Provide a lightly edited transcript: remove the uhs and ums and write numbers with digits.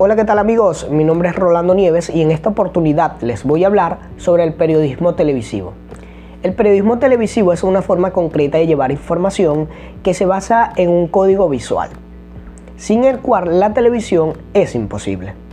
Hola, ¿qué tal amigos? Mi nombre es Rolando Nieves y en esta oportunidad les voy a hablar sobre el periodismo televisivo. El periodismo televisivo es una forma concreta de llevar información que se basa en un código visual, sin el cual la televisión es imposible.